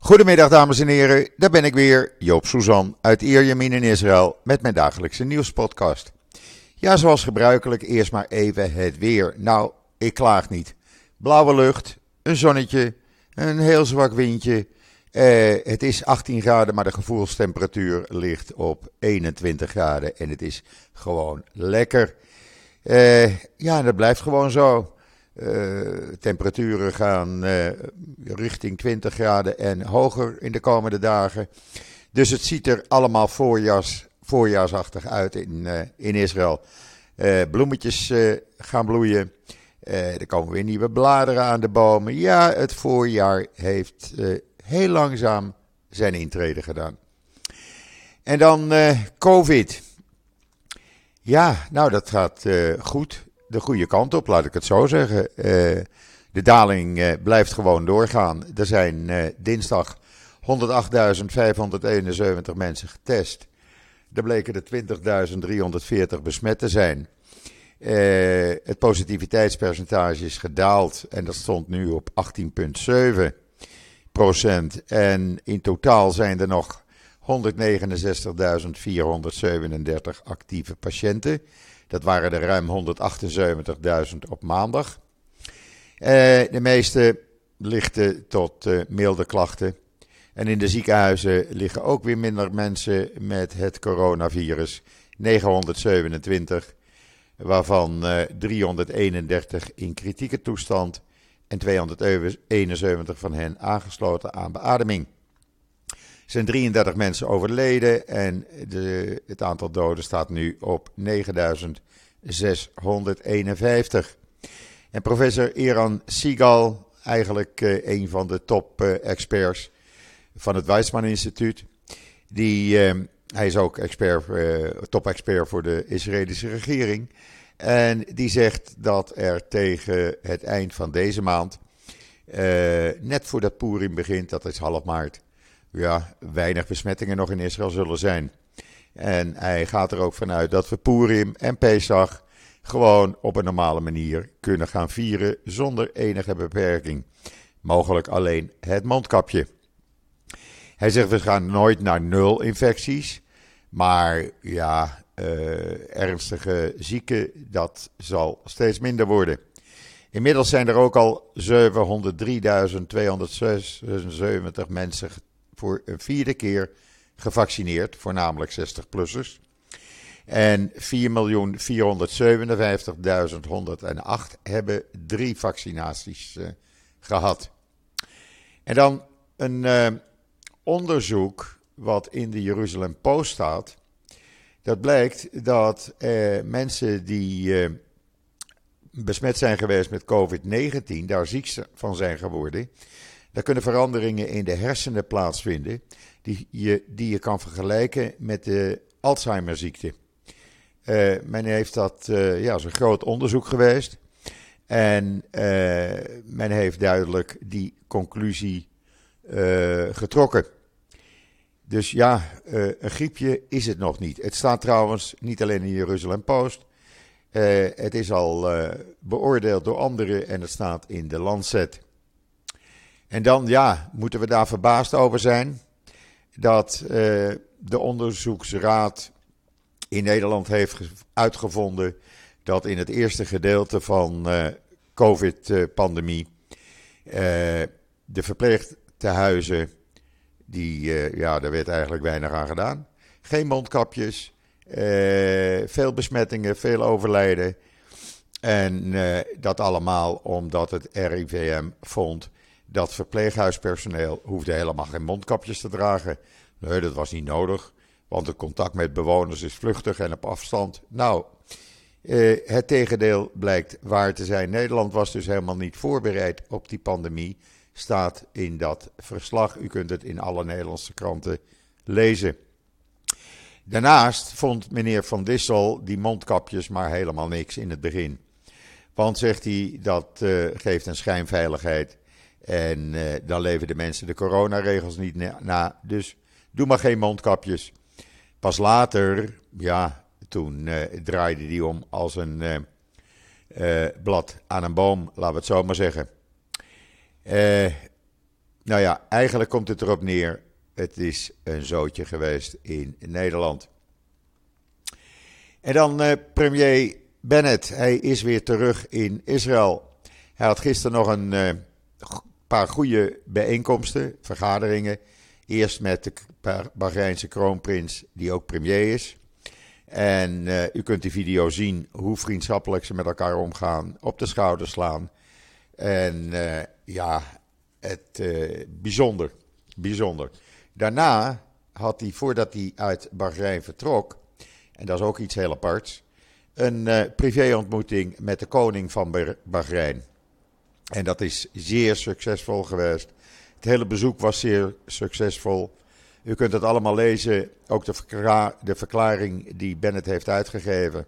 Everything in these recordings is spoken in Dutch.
Goedemiddag dames en heren, daar ben ik weer, Joop Suzan uit Ierjemien in Israël met mijn dagelijkse nieuwspodcast. Ja, zoals gebruikelijk, eerst maar even het weer. Nou, ik klaag niet. Blauwe lucht, een zonnetje, een heel zwak windje. Het is 18 graden, maar de gevoelstemperatuur ligt op 21 graden en het is gewoon lekker. Ja, dat blijft gewoon zo. Temperaturen gaan richting 20 graden en hoger in de komende dagen. Dus het ziet er allemaal voorjaarsachtig uit in Israël. Bloemetjes gaan bloeien. Er komen weer nieuwe bladeren aan de bomen. Ja, het voorjaar heeft heel langzaam zijn intrede gedaan. En dan COVID. Ja, nou dat gaat goed. De goede kant op, laat ik het zo zeggen. De daling blijft gewoon doorgaan. Er zijn dinsdag 108.571 mensen getest. Er bleken er 20.340 besmet te zijn. Het positiviteitspercentage is gedaald en dat stond nu op 18,7%. En in totaal zijn er nog 169.437 actieve patiënten. Dat waren er ruim 178.000 op maandag. De meeste lichte tot milde klachten. En in de ziekenhuizen liggen ook weer minder mensen met het coronavirus. 927, waarvan 331 in kritieke toestand en 271 van hen aangesloten aan beademing. Er zijn 33 mensen overleden en het aantal doden staat nu op 9.651. En professor Eran Segal, eigenlijk een van de top-experts van het Weizmann Instituut. Hij is ook top-expert voor de Israëlische regering. En die zegt dat er tegen het eind van deze maand, net voordat Purim begint, dat is half maart, ja, weinig besmettingen nog in Israël zullen zijn. En hij gaat er ook vanuit dat we Purim en Pesach gewoon op een normale manier kunnen gaan vieren zonder enige beperking. Mogelijk alleen het mondkapje. Hij zegt we gaan nooit naar 0 infecties. Maar ja, ernstige zieken, dat zal steeds minder worden. Inmiddels zijn er ook al 703.276 mensen voor een 4e keer gevaccineerd, voornamelijk 60-plussers. En 4.457.108 hebben 3 vaccinaties gehad. En dan een onderzoek wat in de Jeruzalem Post staat. Dat blijkt dat mensen die besmet zijn geweest met COVID-19, daar ziek van zijn geworden, daar kunnen veranderingen in de hersenen plaatsvinden die je kan vergelijken met de Alzheimerziekte. Men heeft dat, is een groot onderzoek geweest. En men heeft duidelijk die conclusie getrokken. Dus ja, een griepje is het nog niet. Het staat trouwens niet alleen in Jeruzalem Post. Het is al beoordeeld door anderen en het staat in de Lancet. En dan, ja, moeten we daar verbaasd over zijn dat de onderzoeksraad in Nederland heeft uitgevonden dat in het eerste gedeelte van COVID-pandemie de verpleegtehuizen, daar werd eigenlijk weinig aan gedaan. Geen mondkapjes, veel besmettingen, veel overlijden. En dat allemaal omdat het RIVM vond dat verpleeghuispersoneel hoefde helemaal geen mondkapjes te dragen. Nee, dat was niet nodig, want het contact met bewoners is vluchtig en op afstand. Nou, het tegendeel blijkt waar te zijn. Nederland was dus helemaal niet voorbereid op die pandemie. Staat in dat verslag. U kunt het in alle Nederlandse kranten lezen. Daarnaast vond meneer Van Dissel die mondkapjes maar helemaal niks in het begin. Want, zegt hij, dat geeft een schijnveiligheid. En dan leven de mensen de coronaregels niet na. Dus doe maar geen mondkapjes. Pas later, ja, toen draaide die om als een blad aan een boom, laten we het zo maar zeggen. nou ja, eigenlijk komt het erop neer. Het is een zootje geweest in Nederland. En dan premier Bennett. Hij is weer terug in Israël. Hij had gisteren nog een paar goede bijeenkomsten, vergaderingen. Eerst met de Bahreinse kroonprins, die ook premier is. En u kunt die video zien hoe vriendschappelijk ze met elkaar omgaan, op de schouders slaan. En ja, het bijzonder, bijzonder. Daarna had hij, voordat hij uit Bahrein vertrok, en dat is ook iets heel aparts, een privéontmoeting met de koning van Bahrein. En dat is zeer succesvol geweest. Het hele bezoek was zeer succesvol. U kunt het allemaal lezen, ook de verklaring die Bennett heeft uitgegeven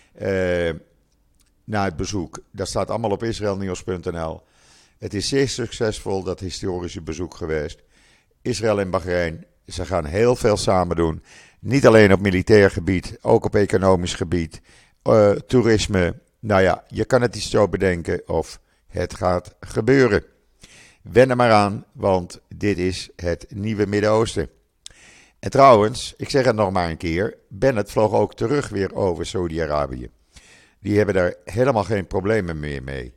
na het bezoek. Dat staat allemaal op israelnieuws.nl. Het is zeer succesvol, dat historische bezoek geweest. Israël en Bahrein, ze gaan heel veel samen doen. Niet alleen op militair gebied, ook op economisch gebied, toerisme. Nou ja, je kan het niet zo bedenken of het gaat gebeuren. Wen er maar aan, want dit is het nieuwe Midden-Oosten. En trouwens, ik zeg het nog maar een keer, Bennett vloog ook terug weer over Saudi-Arabië. Die hebben daar helemaal geen problemen meer mee.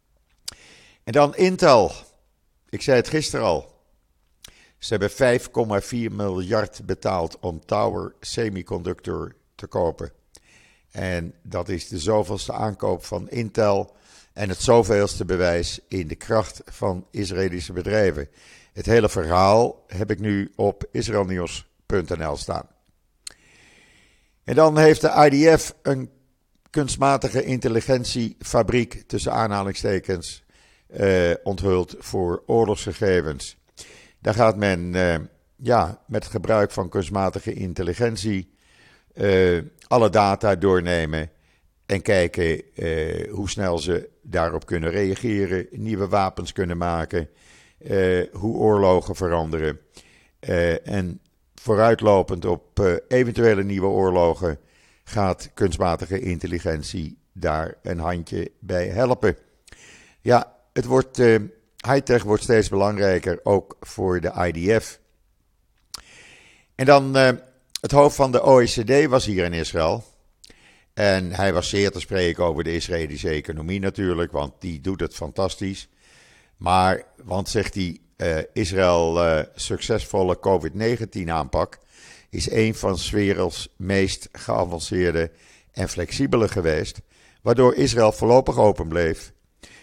En dan Intel. Ik zei het gisteren al. Ze hebben 5,4 miljard betaald om Tower Semiconductor te kopen. En dat is de zoveelste aankoop van Intel en het zoveelste bewijs in de kracht van Israëlische bedrijven. Het hele verhaal heb ik nu op israelnieuws.nl staan. En dan heeft de IDF een kunstmatige intelligentiefabriek, tussen aanhalingstekens, onthuld voor oorlogsgegevens. Daar gaat men met het gebruik van kunstmatige intelligentie alle data doornemen en kijken hoe snel ze daarop kunnen reageren, nieuwe wapens kunnen maken, hoe oorlogen veranderen. En vooruitlopend op eventuele nieuwe oorlogen gaat kunstmatige intelligentie daar een handje bij helpen. Ja, het wordt, high-tech wordt steeds belangrijker, ook voor de IDF. En dan het hoofd van de OECD was hier in Israël. En hij was zeer te spreken over de Israëlische economie natuurlijk, want die doet het fantastisch. Maar, want zegt hij, Israël succesvolle COVID-19 aanpak is een van 's werelds meest geavanceerde en flexibele geweest, waardoor Israël voorlopig open bleef,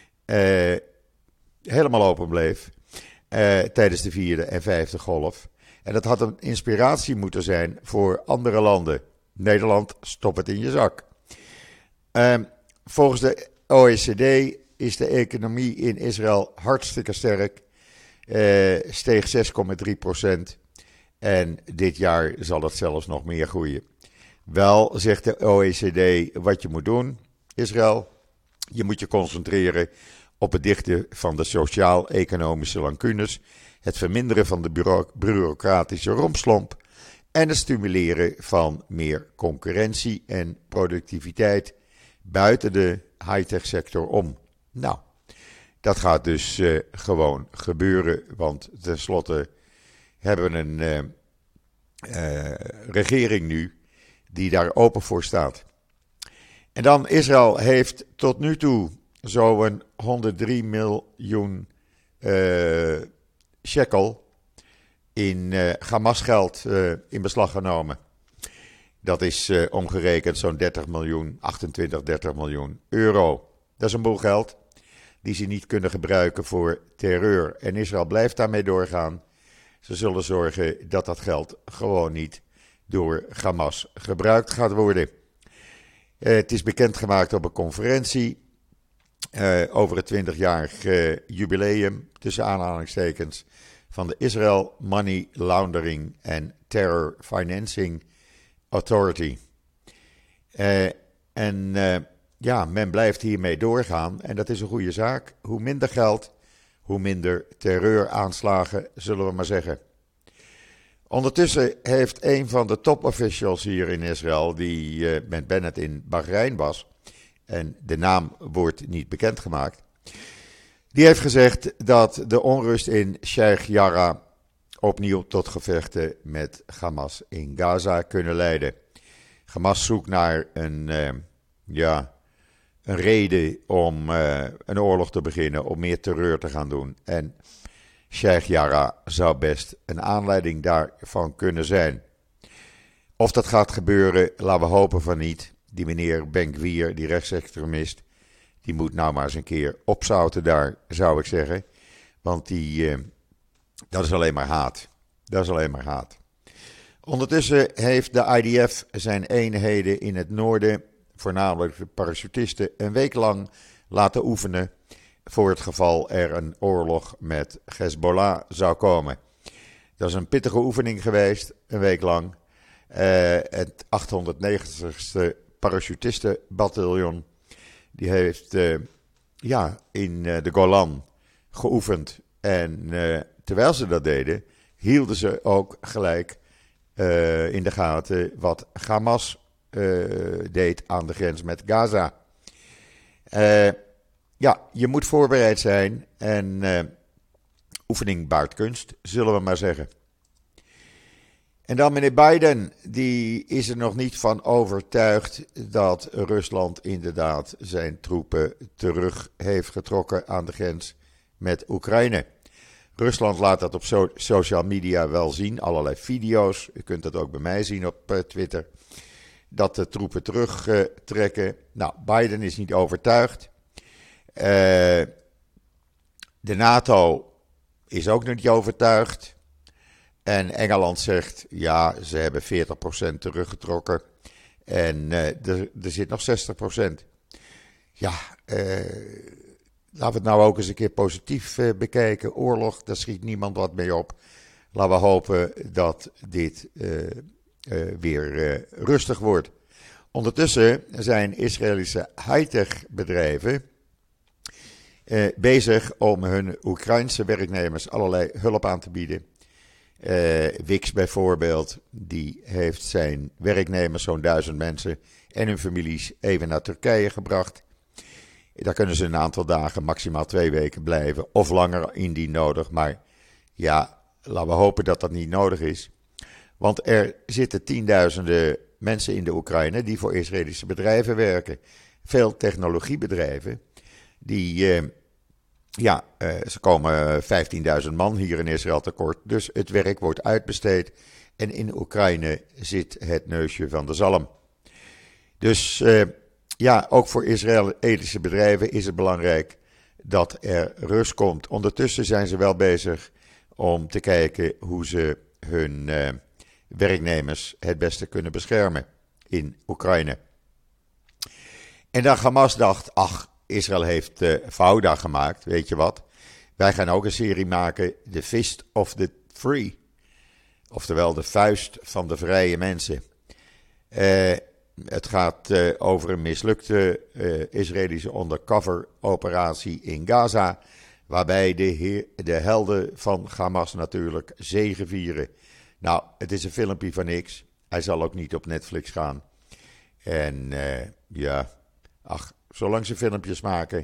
helemaal open bleef, tijdens de 4e en 5e golf. En dat had een inspiratie moeten zijn voor andere landen. Nederland, stop het in je zak. Volgens de OECD is de economie in Israël hartstikke sterk. Steeg 6,3%. En dit jaar zal het zelfs nog meer groeien. Wel zegt de OECD wat je moet doen, Israël. Je moet je concentreren op het dichten van de sociaal-economische lacunes, het verminderen van de bureaucratische rompslomp en het stimuleren van meer concurrentie en productiviteit buiten de high-tech sector om. Nou, dat gaat dus gewoon gebeuren, want tenslotte hebben we een regering nu die daar open voor staat. En dan Israël heeft tot nu toe zo'n 103 miljoen shekel in Hamas-geld in beslag genomen. Dat is omgerekend zo'n 30 miljoen euro. Dat is een boel geld die ze niet kunnen gebruiken voor terreur. En Israël blijft daarmee doorgaan. Ze zullen zorgen dat dat geld gewoon niet door Hamas gebruikt gaat worden. Het is bekendgemaakt op een conferentie over het 20-jarig jubileum, tussen aanhalingstekens, van de Israel Money Laundering and Terror Financing Authority. Men blijft hiermee doorgaan en dat is een goede zaak. Hoe minder geld, hoe minder terreuraanslagen, zullen we maar zeggen. Ondertussen heeft een van de top-officials hier in Israël, die met Bennett in Bahrein was, en de naam wordt niet bekendgemaakt, Die heeft gezegd dat de onrust in Sheikh Jarrah opnieuw tot gevechten met Hamas in Gaza kunnen leiden. Hamas zoekt naar een reden om een oorlog te beginnen, om meer terreur te gaan doen. En Sheikh Jarrah zou best een aanleiding daarvan kunnen zijn. Of dat gaat gebeuren, laten we hopen van niet. Die meneer Ben-Gvir, die rechtsextremist, die moet nou maar eens een keer opzouten daar, zou ik zeggen. Want dat is alleen maar haat. Dat is alleen maar haat. Ondertussen heeft de IDF zijn eenheden in het noorden, voornamelijk de parachutisten, een week lang laten oefenen voor het geval er een oorlog met Hezbollah zou komen. Dat is een pittige oefening geweest, een week lang. Het 890ste parachutistenbataljon, die heeft in de Golan geoefend. En terwijl ze dat deden, hielden ze ook gelijk in de gaten wat Hamas deed aan de grens met Gaza. Je moet voorbereid zijn en oefening baart kunst, zullen we maar zeggen. En dan meneer Biden, die is er nog niet van overtuigd dat Rusland inderdaad zijn troepen terug heeft getrokken aan de grens met Oekraïne. Rusland laat dat op social media wel zien, allerlei video's. U kunt dat ook bij mij zien op Twitter. Dat de troepen terugtrekken. Nou, Biden is niet overtuigd. De NATO is ook nog niet overtuigd. En Engeland zegt, ja, ze hebben 40% teruggetrokken. En er zit nog 60%. Ja, laten we het nou ook eens een keer positief bekijken. Oorlog, daar schiet niemand wat mee op. Laten we hopen dat dit weer rustig wordt. Ondertussen zijn Israëlische high-tech bedrijven bezig om hun Oekraïnse werknemers allerlei hulp aan te bieden. Wix bijvoorbeeld, die heeft zijn werknemers, zo'n 1000 mensen en hun families even naar Turkije gebracht. Daar kunnen ze een aantal dagen, maximaal 2 weken blijven of langer indien nodig. Maar ja, laten we hopen dat dat niet nodig is. Want er zitten tienduizenden mensen in de Oekraïne die voor Israëlische bedrijven werken. Veel technologiebedrijven die... ze komen 15.000 man hier in Israël tekort. Dus het werk wordt uitbesteed. En in Oekraïne zit het neusje van de zalm. Dus ook voor Israëlische bedrijven is het belangrijk dat er rust komt. Ondertussen zijn ze wel bezig om te kijken hoe ze hun werknemers het beste kunnen beschermen in Oekraïne. En dan Hamas dacht, Israël heeft Fauda gemaakt, weet je wat. Wij gaan ook een serie maken, The Fist of the Free. Oftewel de vuist van de vrije mensen. Het gaat over een mislukte Israëlische undercover operatie in Gaza. Waarbij de helden van Hamas natuurlijk zegevieren. Nou, het is een filmpje van niks. Hij zal ook niet op Netflix gaan. En zolang ze filmpjes maken,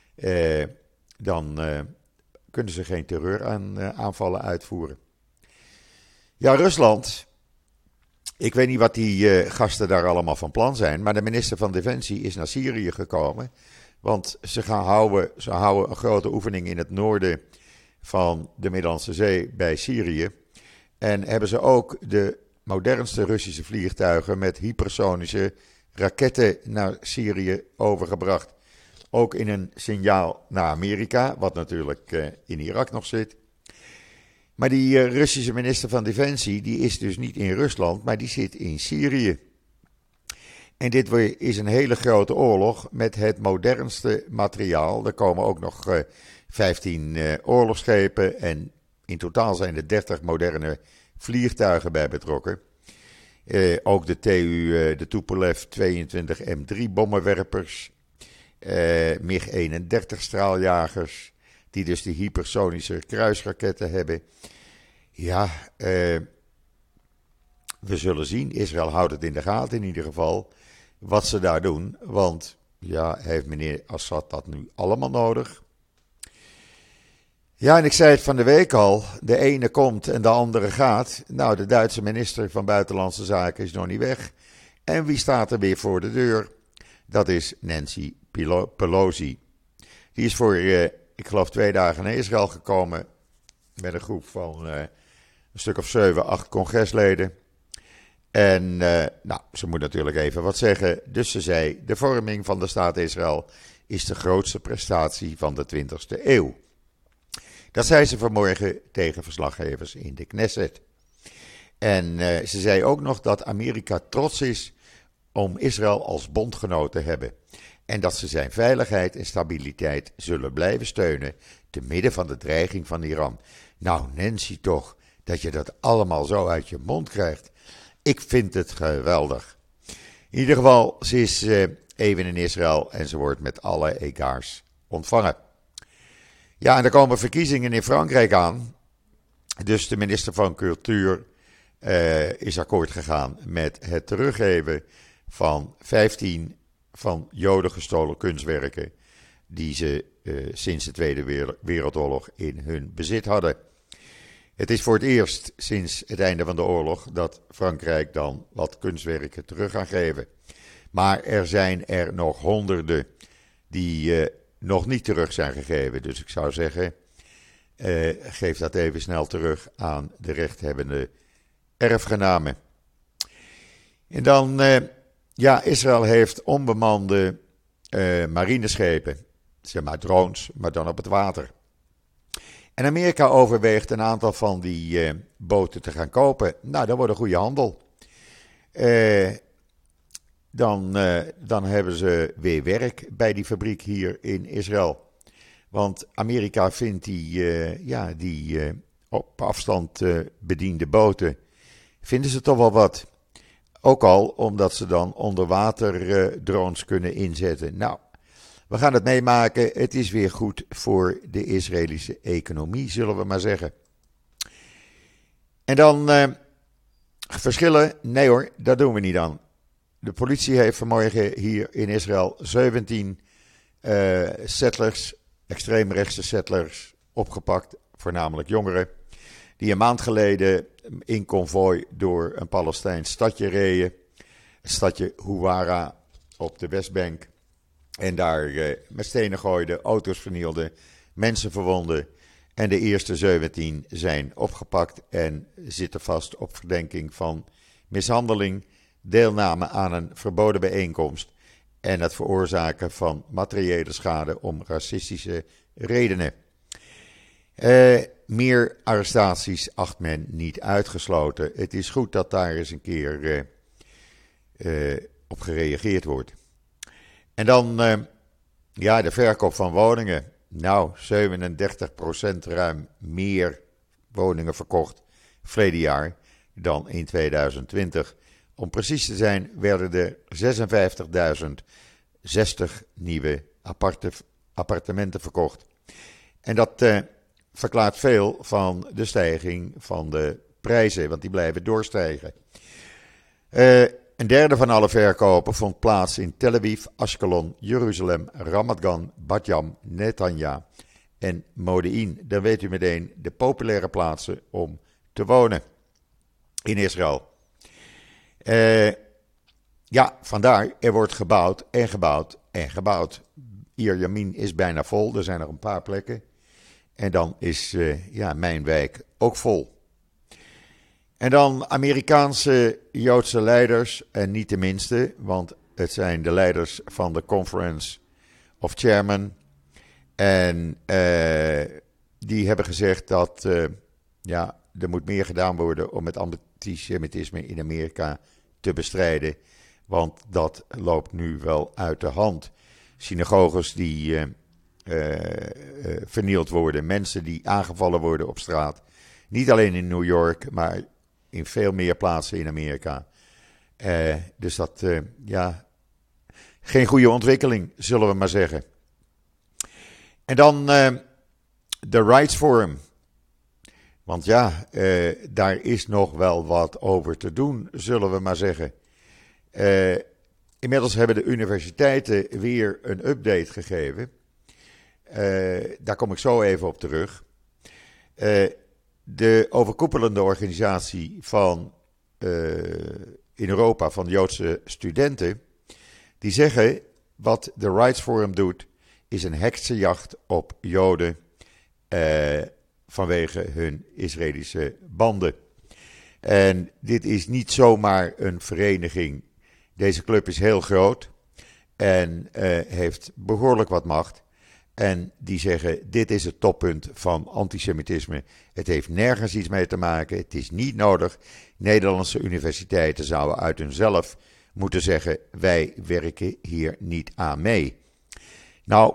dan kunnen ze geen terreuraanvallen uitvoeren. Ja, Rusland. Ik weet niet wat die gasten daar allemaal van plan zijn, maar de minister van Defensie is naar Syrië gekomen. Want ze houden een grote oefening in het noorden van de Middellandse Zee bij Syrië. En hebben ze ook de modernste Russische vliegtuigen met hypersonische raketten naar Syrië overgebracht. Ook in een signaal naar Amerika, wat natuurlijk in Irak nog zit. Maar die Russische minister van Defensie, die is dus niet in Rusland, maar die zit in Syrië. En dit is een hele grote oorlog met het modernste materiaal. Er komen ook nog 15 oorlogsschepen en in totaal zijn er 30 moderne vliegtuigen bij betrokken. Ook de Tupolev 22 M3 bommenwerpers, MiG-31 straaljagers, die dus die hypersonische kruisraketten hebben. Ja, we zullen zien. Israël houdt het in de gaten in ieder geval, wat ze daar doen. Want ja, heeft meneer Assad dat nu allemaal nodig? Ja, en ik zei het van de week al, de ene komt en de andere gaat. Nou, de Duitse minister van Buitenlandse Zaken is nog niet weg. En wie staat er weer voor de deur? Dat is Nancy Pelosi. Die is voor, ik geloof 2 dagen naar Israël gekomen met een groep van een stuk of 7, 8 congresleden. En nou, ze moet natuurlijk even wat zeggen. Dus ze zei, de vorming van de staat Israël is de grootste prestatie van de 20e eeuw. Dat zei ze vanmorgen tegen verslaggevers in de Knesset. En ze zei ook nog dat Amerika trots is om Israël als bondgenoot te hebben. En dat ze zijn veiligheid en stabiliteit zullen blijven steunen te midden van de dreiging van Iran. Nou, Nancy toch, dat je dat allemaal zo uit je mond krijgt. Ik vind het geweldig. In ieder geval, ze is even in Israël en ze wordt met alle egaars ontvangen. Ja, en er komen verkiezingen in Frankrijk aan. Dus de minister van Cultuur is akkoord gegaan met het teruggeven van 15 van Joden gestolen kunstwerken die ze sinds de Tweede Wereldoorlog in hun bezit hadden. Het is voor het eerst sinds het einde van de oorlog dat Frankrijk dan wat kunstwerken terug gaat geven. Maar er zijn er nog honderden die nog niet terug zijn gegeven. Dus ik zou zeggen, geef dat even snel terug aan de rechthebbende erfgenamen. En dan, ja, Israël heeft onbemande marineschepen. Zeg maar drones, maar dan op het water. En Amerika overweegt een aantal van die boten te gaan kopen. Nou, dat wordt een goede handel. Dan hebben ze weer werk bij die fabriek hier in Israël. Want Amerika vindt die op afstand bediende boten, vinden ze toch wel wat. Ook al omdat ze dan onderwater drones kunnen inzetten. Nou, we gaan het meemaken. Het is weer goed voor de Israëlische economie, zullen we maar zeggen. En dan verschillen? Nee hoor, dat doen we niet aan. De politie heeft vanmorgen hier in Israël 17 settlers, extreemrechtse settlers, opgepakt. Voornamelijk jongeren. Die een maand geleden in konvooi door een Palestijns stadje reden. Het stadje Huwara op de Westbank. En daar met stenen gooiden, auto's vernielden, mensen verwonden. En de eerste 17 zijn opgepakt en zitten vast op verdenking van mishandeling, deelname aan een verboden bijeenkomst en het veroorzaken van materiële schade om racistische redenen. Meer arrestaties acht men niet uitgesloten. Het is goed dat daar eens een keer op gereageerd wordt. En dan, de verkoop van woningen. Nou, 37% ruim meer woningen verkocht verleden jaar dan in 2020. Om precies te zijn werden er 56.060 nieuwe appartementen verkocht. En dat verklaart veel van de stijging van de prijzen, want die blijven doorstijgen. Een derde van alle verkopen vond plaats in Tel Aviv, Ashkelon, Jeruzalem, Ramat Gan, Bat Yam, Netanya en Modi'in. Dan weet u meteen de populaire plaatsen om te wonen in Israël. Vandaar, er wordt gebouwd en gebouwd en gebouwd. Ierjemien is bijna vol, er zijn nog een paar plekken. En dan is mijn wijk ook vol. En dan Amerikaanse Joodse leiders, en niet de minste, want het zijn de leiders van de Conference of Chairmen. En die hebben gezegd dat er moet meer gedaan worden om het antisemitisme in Amerika te bestrijden. Want dat loopt nu wel uit de hand. Synagoges die vernield worden, mensen die aangevallen worden op straat. Niet alleen in New York, maar in veel meer plaatsen in Amerika. Dus dat, geen goede ontwikkeling, zullen we maar zeggen. En dan de Rights Forum. Want daar is nog wel wat over te doen, zullen we maar zeggen. Inmiddels hebben de universiteiten weer een update gegeven. Daar kom ik zo even op terug. De overkoepelende organisatie in Europa van Joodse studenten, die zeggen wat de Rights Forum doet, is een heksenjacht op Joden vanwege hun Israëlische banden. En dit is niet zomaar een vereniging. Deze club is heel groot en heeft behoorlijk wat macht. En die zeggen, dit is het toppunt van antisemitisme. Het heeft nergens iets mee te maken. Het is niet nodig. Nederlandse universiteiten zouden uit hunzelf moeten zeggen, wij werken hier niet aan mee. Nou,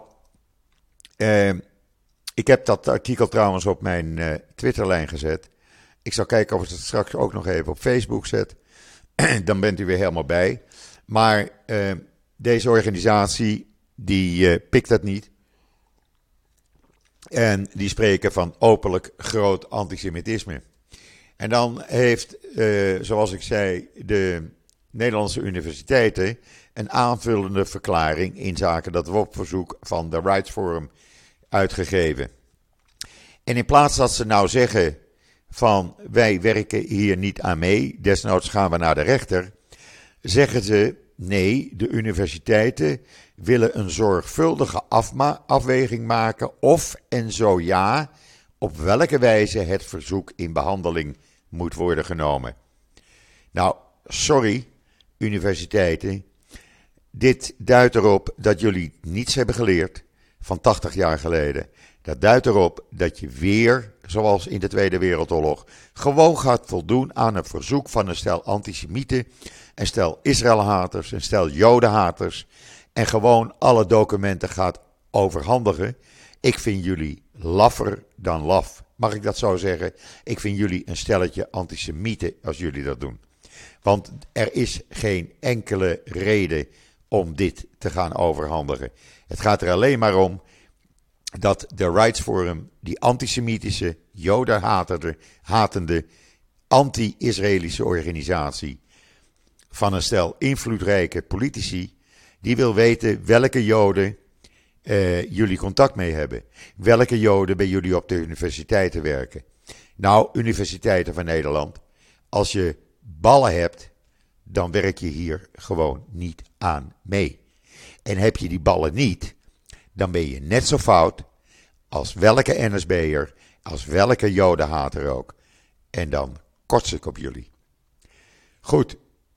ik heb dat artikel trouwens op mijn Twitterlijn gezet. Ik zal kijken of ik het straks ook nog even op Facebook zet. Dan bent u weer helemaal bij. Maar deze organisatie, die pikt dat niet. En die spreken van openlijk groot antisemitisme. En dan heeft, zoals ik zei, de Nederlandse universiteiten een aanvullende verklaring in zaken dat WOP-verzoek van de Rights Forum uitgegeven. En in plaats dat ze nou zeggen van wij werken hier niet aan mee, desnoods gaan we naar de rechter, zeggen ze nee, de universiteiten willen een zorgvuldige afweging maken of en zo ja, op welke wijze het verzoek in behandeling moet worden genomen. Nou, sorry universiteiten, dit duidt erop dat jullie niets hebben geleerd van 80 jaar geleden. Dat duidt erop dat je weer, zoals in de Tweede Wereldoorlog, gewoon gaat voldoen aan een verzoek van een stel antisemieten, een stel Israëlhaters, een stel Jodenhaters en gewoon alle documenten gaat overhandigen. Ik vind jullie laffer dan laf. Mag ik dat zo zeggen? Ik vind jullie een stelletje antisemieten als jullie dat doen. Want er is geen enkele reden om dit te gaan overhandigen. Het gaat er alleen maar om dat de Rights Forum, die antisemitische, jodenhatende, anti-Israëlische organisatie van een stel invloedrijke politici, die wil weten welke Joden jullie contact mee hebben. Welke Joden bij jullie op de universiteiten werken. Nou, universiteiten van Nederland, als je ballen hebt, dan werk je hier gewoon niet aan mee. En heb je die ballen niet, dan ben je net zo fout als welke NSB'er, als welke Jodenhater ook. En dan kots ik op jullie. Goed,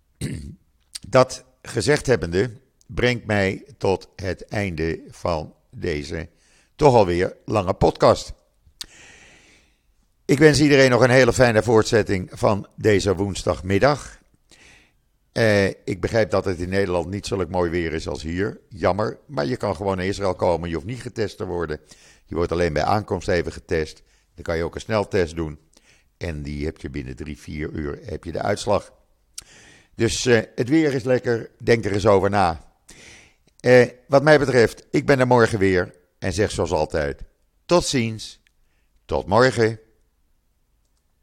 dat gezegd hebbende brengt mij tot het einde van deze toch alweer lange podcast. Ik wens iedereen nog een hele fijne voortzetting van deze woensdagmiddag. Ik begrijp dat het in Nederland niet zulk mooi weer is als hier. Jammer, maar je kan gewoon naar Israël komen. Je hoeft niet getest te worden. Je wordt alleen bij aankomst even getest. Dan kan je ook een sneltest doen. En die heb je binnen 3-4 uur heb je de uitslag. Dus het weer is lekker. Denk er eens over na. Wat mij betreft, ik ben er morgen weer. En zeg zoals altijd, tot ziens. Tot morgen.